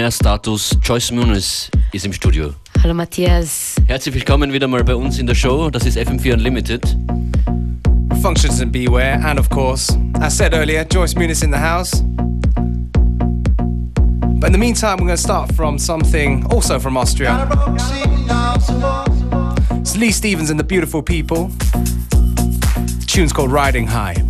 On-Air-Status. Joyce Muniz ist im Studio. Hallo Matthias. Herzlich willkommen wieder mal bei uns in der Show. Das ist FM4 Unlimited. Functions and Beware, and of course, as said earlier, Joyce Muniz in the house. But in the meantime, we're going to start from something also from Austria. It's Lee Stevens and the Beautiful People. The tune's called Riding High.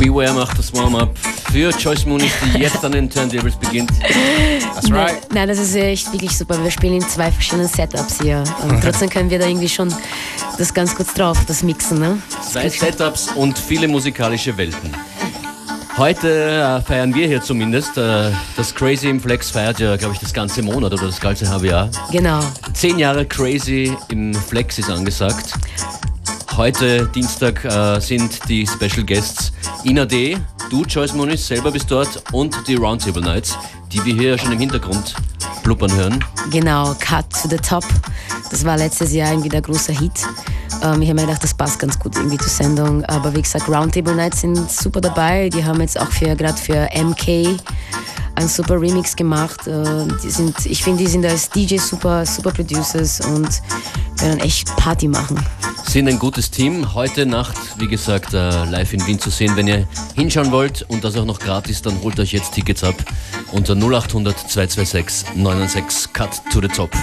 Beware macht das Warm-up für Joyce Muniz, die jetzt an den Turntables beginnt. That's right. Nein, das ist echt wirklich super. Wir spielen in 2 verschiedenen Setups hier. Und trotzdem können wir da irgendwie schon das ganz kurz drauf, das Mixen. Ne? 2 Setups und viele musikalische Welten. Heute feiern wir hier zumindest. Das Crazy im Flex feiert ja, glaube ich, das ganze Monat oder das ganze halbe Jahr. Genau. 10 Jahre Crazy im Flex ist angesagt. Heute, Dienstag, sind die Special Guests Ina D., du, Joyce Muniz, selber bist dort und die Roundtable Nights, die wir hier schon im Hintergrund blubbern hören. Genau, Cut to the Top. Das war letztes Jahr irgendwie der große Hit. Ich habe mir gedacht, das passt ganz gut irgendwie zur Sendung. Aber wie gesagt, Roundtable Nights sind super dabei. Die haben jetzt auch gerade für MK einen super Remix gemacht. Ich finde, die sind als DJ super Producers und können echt Party machen. Sind ein gutes Team. Heute Nacht, wie gesagt, live in Wien zu sehen. Wenn ihr hinschauen wollt und das auch noch gratis, dann holt euch jetzt Tickets ab unter 0800 226 996 Cut to the Top.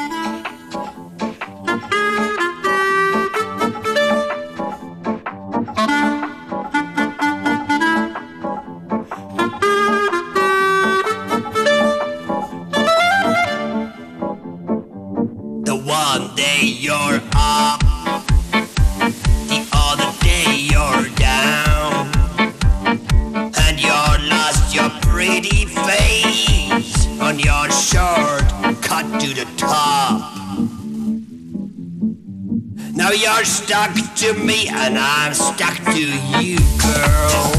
The one day you're up, the other day you're down, and you're lost your pretty face on your short cut to the top. Now you're stuck to me and I'm stuck to you, girl.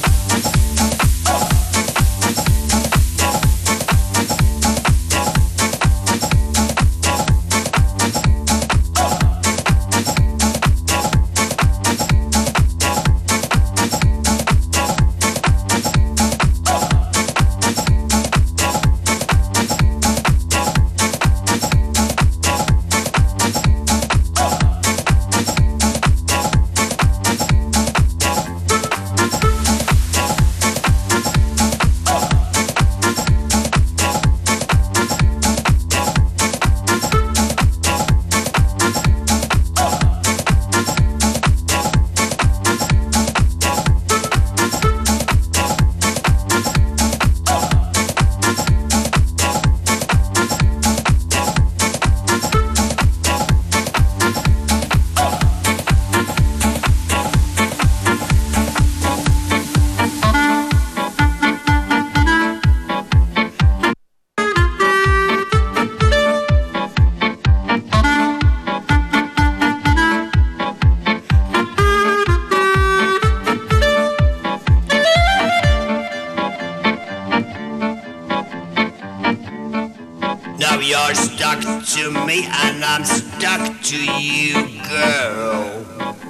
Now you're stuck to me and I'm stuck to you, girl.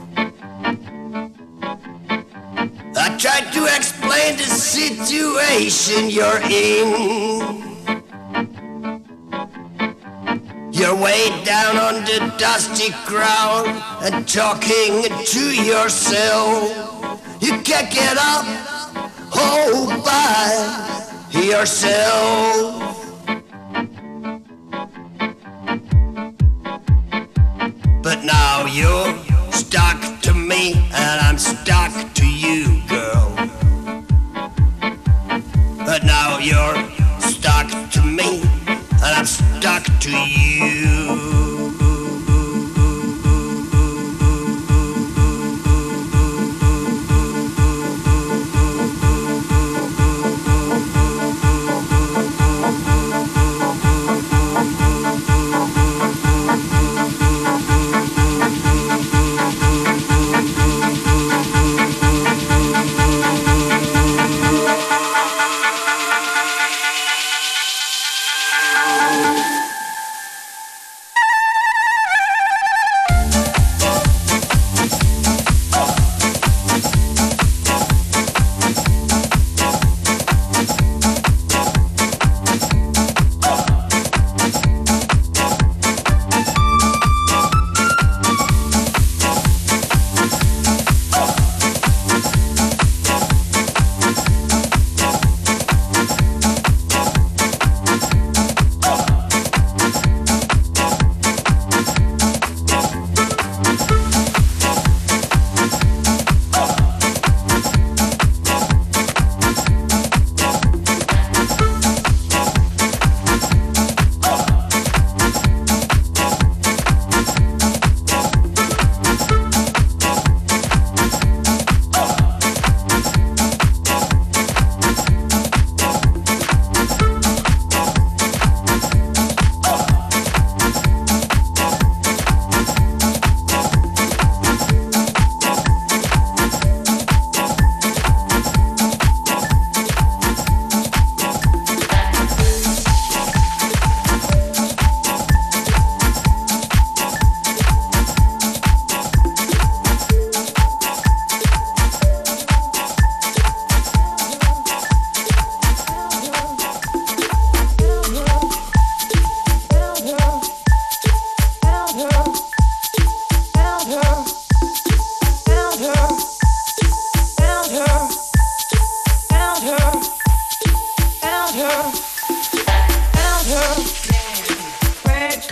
I tried to explain the situation you're in. You're way down on the dusty ground and talking to yourself. You can't get up all by yourself. But now you're stuck to me and I'm stuck to you, girl. But now you're stuck to me and I'm stuck to you.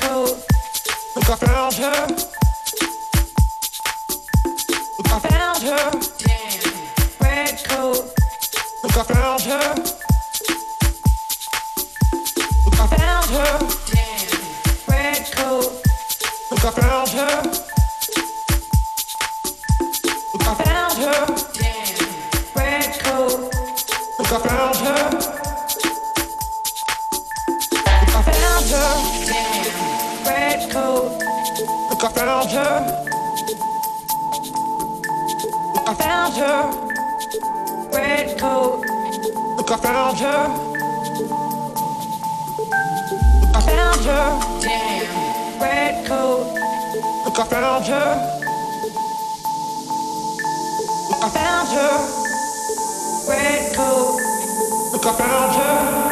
coat. Look, I found her. Look, I found her. Damn. Red coat. Look, I found her. Look, I found her. Damn. Red coat. Look, I found her. Look, I found her. Damn. Red coat. Look, I found her. Look, I found her. Damn. Red coat. Look, I found her. Look, I found her. Red coat. Look, I found her. Look, I found her. Damn. Red coat. Look, I found her. Look, I found her. Red coat. Look, I found her.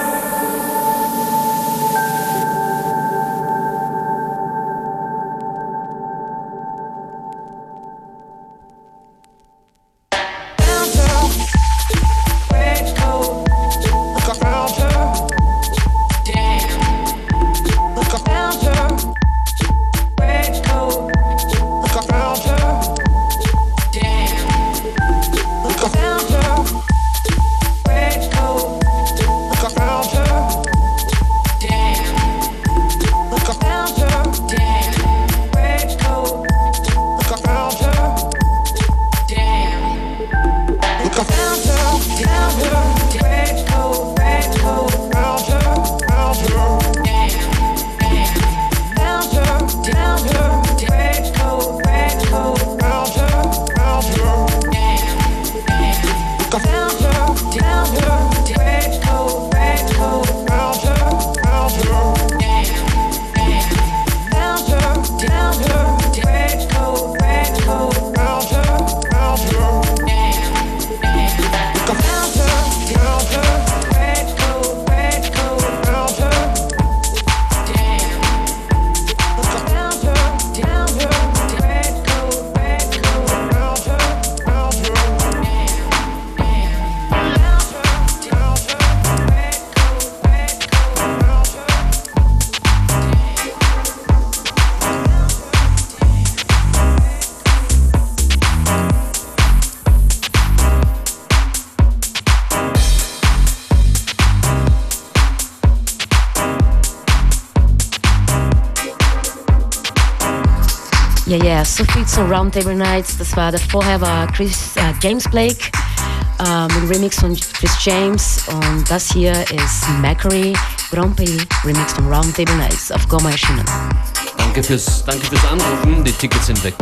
Ja, so viel zu Roundtable Nights. Das war vorher war James Blake mit Remix von Chris James und das hier ist Macquarie Grand Prix Remix von Roundtable Nights auf Goma erschienen. Danke fürs Anrufen, die Tickets sind weg.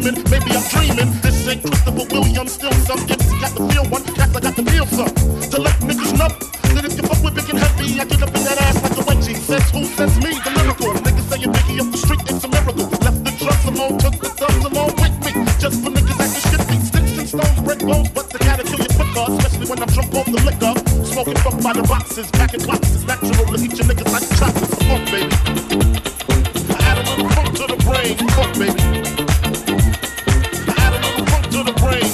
screaming. Maybe I'm dreaming. This ain't Christopher Williams, still some MC got the feel one. Cats I got the feel some. To let niggas know that if you fuck with big and heavy, I get up in that ass like a wedgie. Says who? Says me, the lyrical. Niggas saying Biggie up the street, it's a miracle. Left the drugs alone, took the thugs along with me. Just for niggas acting shifty. Sticks and stones break bones, but they gotta kill you quicker. Especially when I'm drunk off the liquor. Smoking fuck by the boxes, packing clocks. It's natural to eat your niggas like chocolates. Fuck, baby. I add a little funk to the brain. Fuck, baby. I add a little funk to the brain.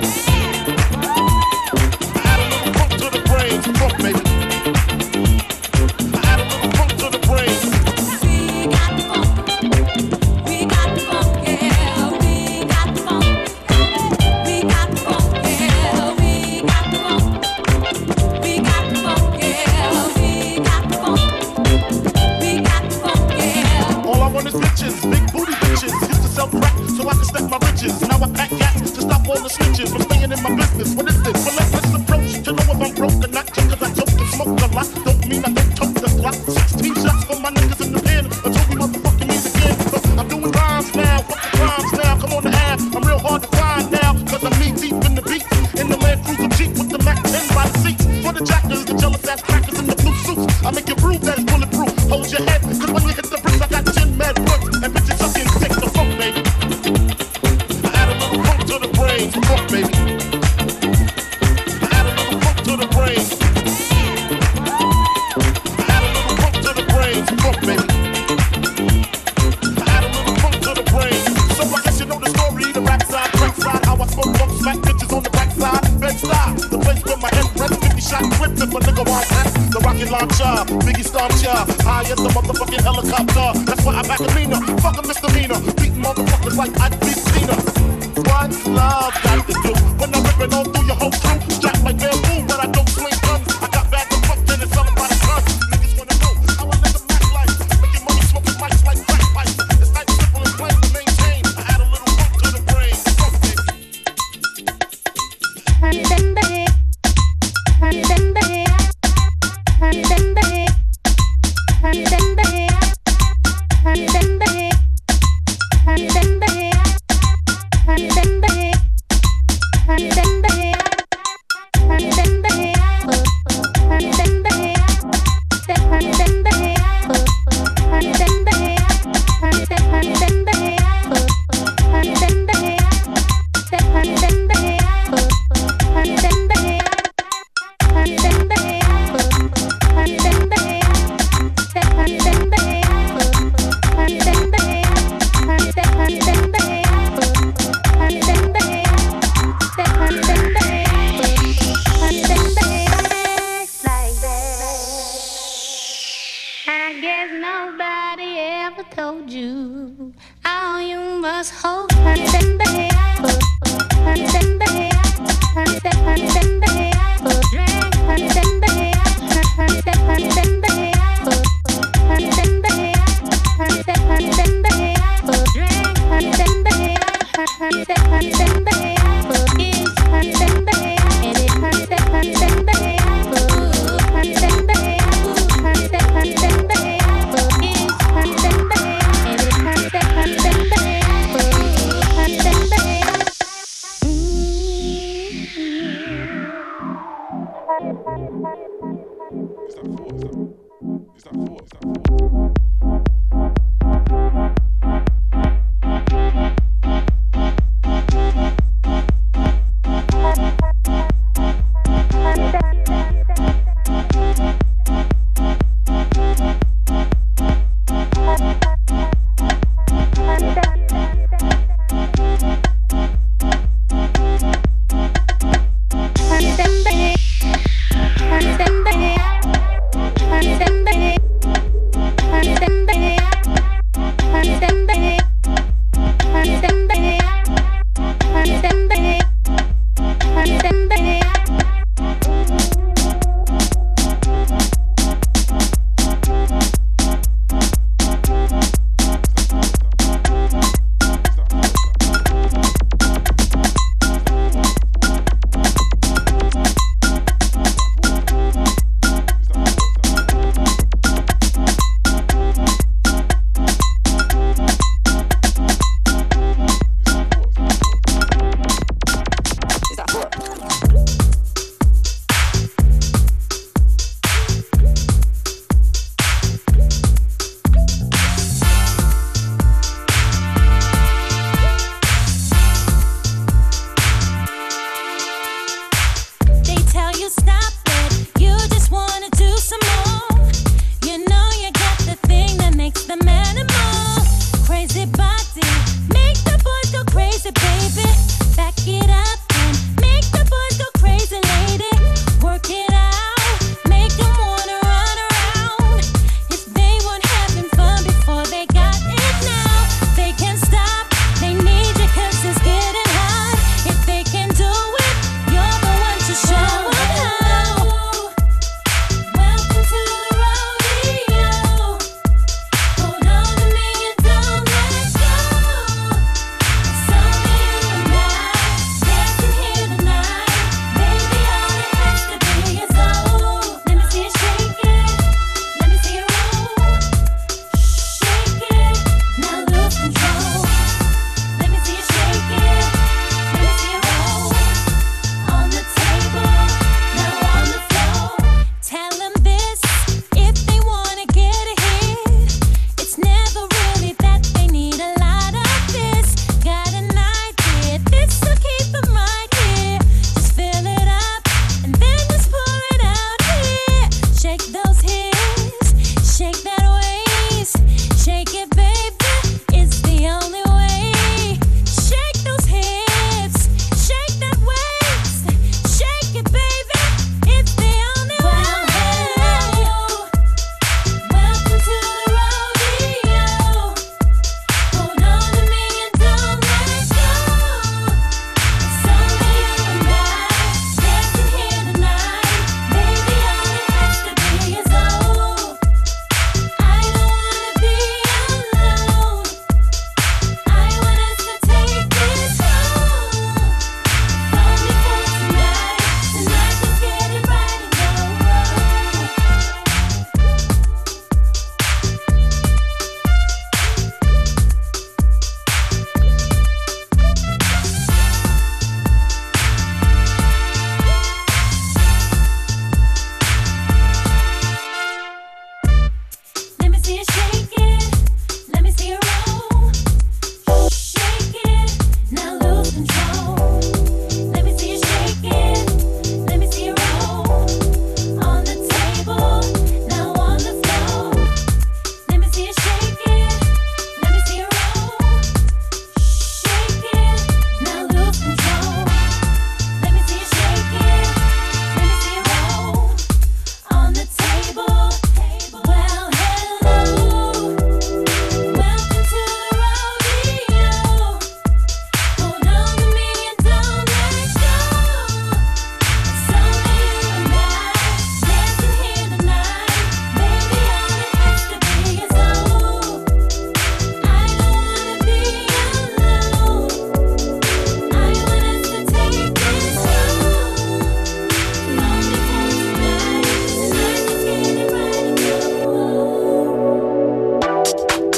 I add a little funk to the brain. Fuck, baby. I add a little funk to the brain. We got the funk. We got the funk, yeah. We got the funk. We got the funk, yeah. We got the funk. We got the funk, yeah. We got the funk. We got the funk, yeah. All I want is bitches, big booty bitches. Used to sell crack so I could stack my riches. Now I pack gas to stop all the snitches from staying in my business. What is this? Relentless approach to know if I'm broke or not. Just cause I joke and smoke a lot don't mean I don't tote the clock. 16 shots for my niggas in the pen until we motherfucking meet again. I'm doing rhymes now, fuck the crimes now. Come on the app, I'm real hard to find now. Cause I'm knee deep in the beat. In the Land Cruiser Jeep with the Mac 10 by the seats. For the jackers, the jealous ass crackers in the blue suits. I make you prove that it's bulletproof. Hold your head, cause when you hit the bricks, I got 10 mad works. And bitches sucking, take the funk, baby. I add a little funk to the brain. Fuck, baby. I add a little funk to the brain. I add a little funk to the brain. Fuck, baby. I add a little funk to the brain. So I guess you know the story. The rap side, crack side. How I smoke funk, smack bitches on the back side. Bed side, the place where my head rests. 50 shot whip if a nigga wants that. The rocket launcher, Biggie stomp ya. High as the motherfucking helicopter. That's why I back a Nina. Fuck a misdemeanor. Beating motherfuckers like I'd be Cena. What's love got to do? When I'm ripping all through your whole crew. Strapped like bamboo, but I don't swing guns. I got bags of fuck, then it's all about the guns. Niggas wanna know how I live a mac life. Making money, smoking mics like crack pipes. It's nice, simple, and plain to maintain. I add a little funk to the brain. Fuck it. I guess nobody ever told you how you must hold. Understand?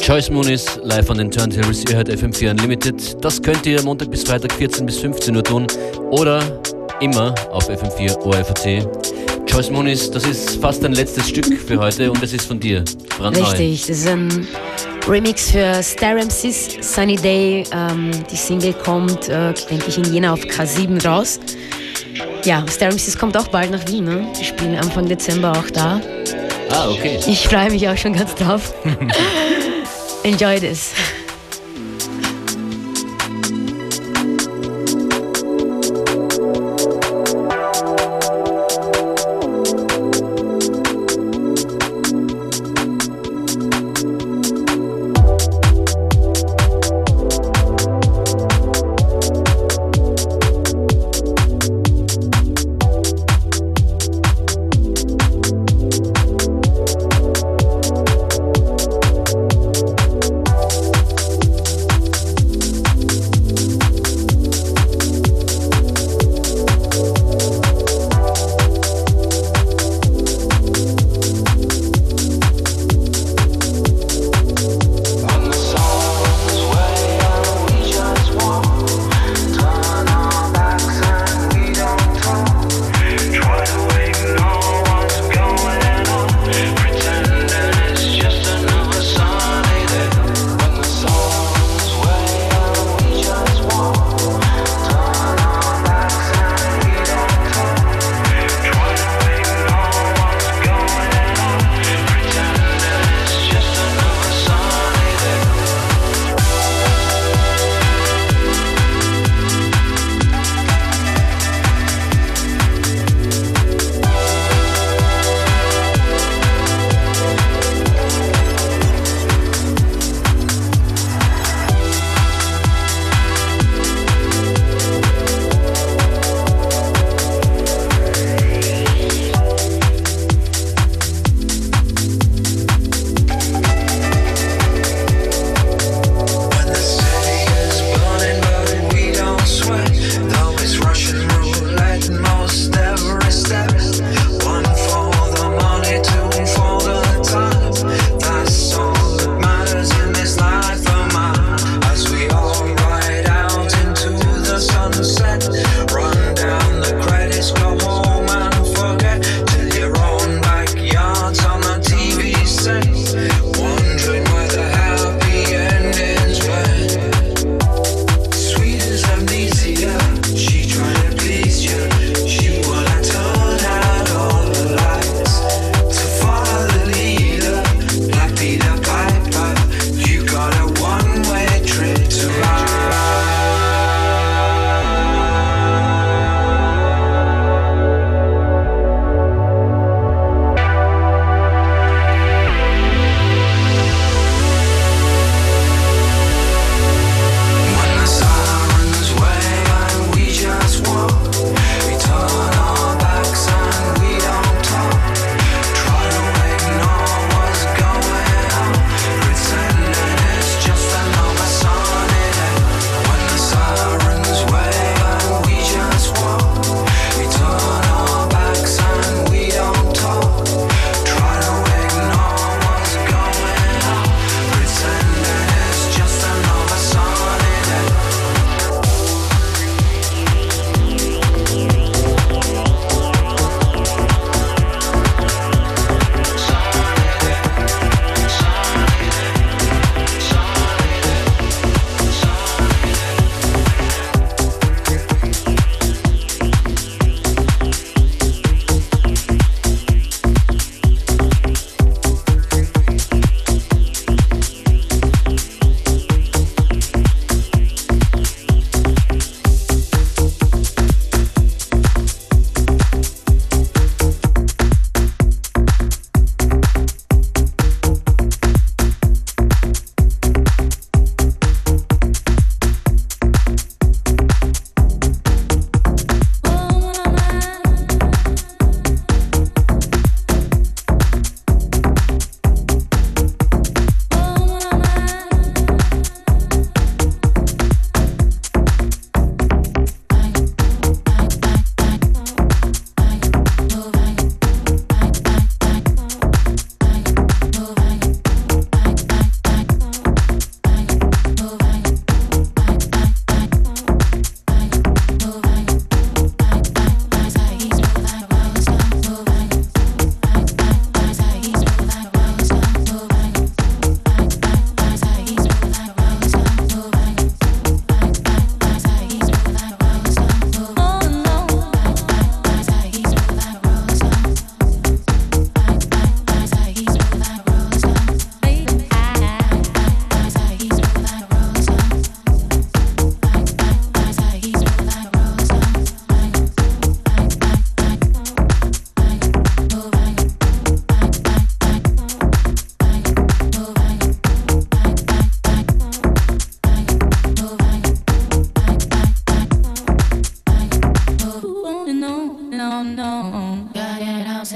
Joyce Muniz live an den Turntables. Ihr hört FM4 Unlimited. Das könnt ihr Montag bis Freitag 14 bis 15 Uhr tun oder immer auf FM4 ORFAT. Joyce Muniz, das ist fast ein letztes Stück für heute und es ist von dir. Brandneu. Richtig, das ist ein Remix für Star MCs, Sunny Day. Die Single kommt, denke ich, in Jena auf K7 raus. Ja, Star MCs kommt auch bald nach Wien. Ne? Die spielen Anfang Dezember auch da. Ah, okay. Ich freue mich auch schon ganz drauf. Enjoy this.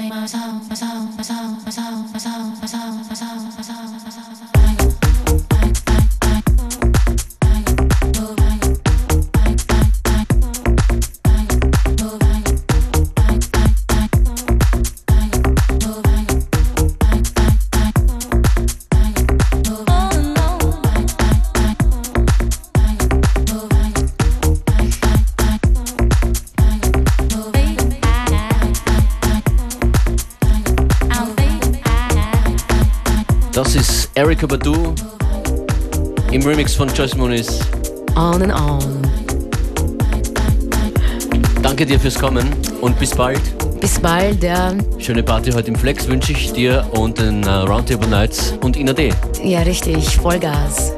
Das ist Erykah Badu im Remix von Joyce Muniz. On and on. Danke dir fürs Kommen und bis bald. Bis bald, ja. Schöne Party heute im Flex wünsche ich dir und den Roundtable Nights und Ina D. Ja, richtig. Vollgas.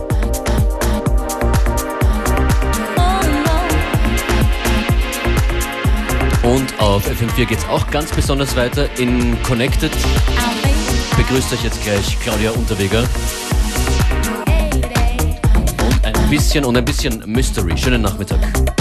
Und auf FM4 geht's auch ganz besonders weiter in Connected. Begrüßt euch jetzt gleich Claudia Unterweger. Und ein bisschen Mystery. Schönen Nachmittag.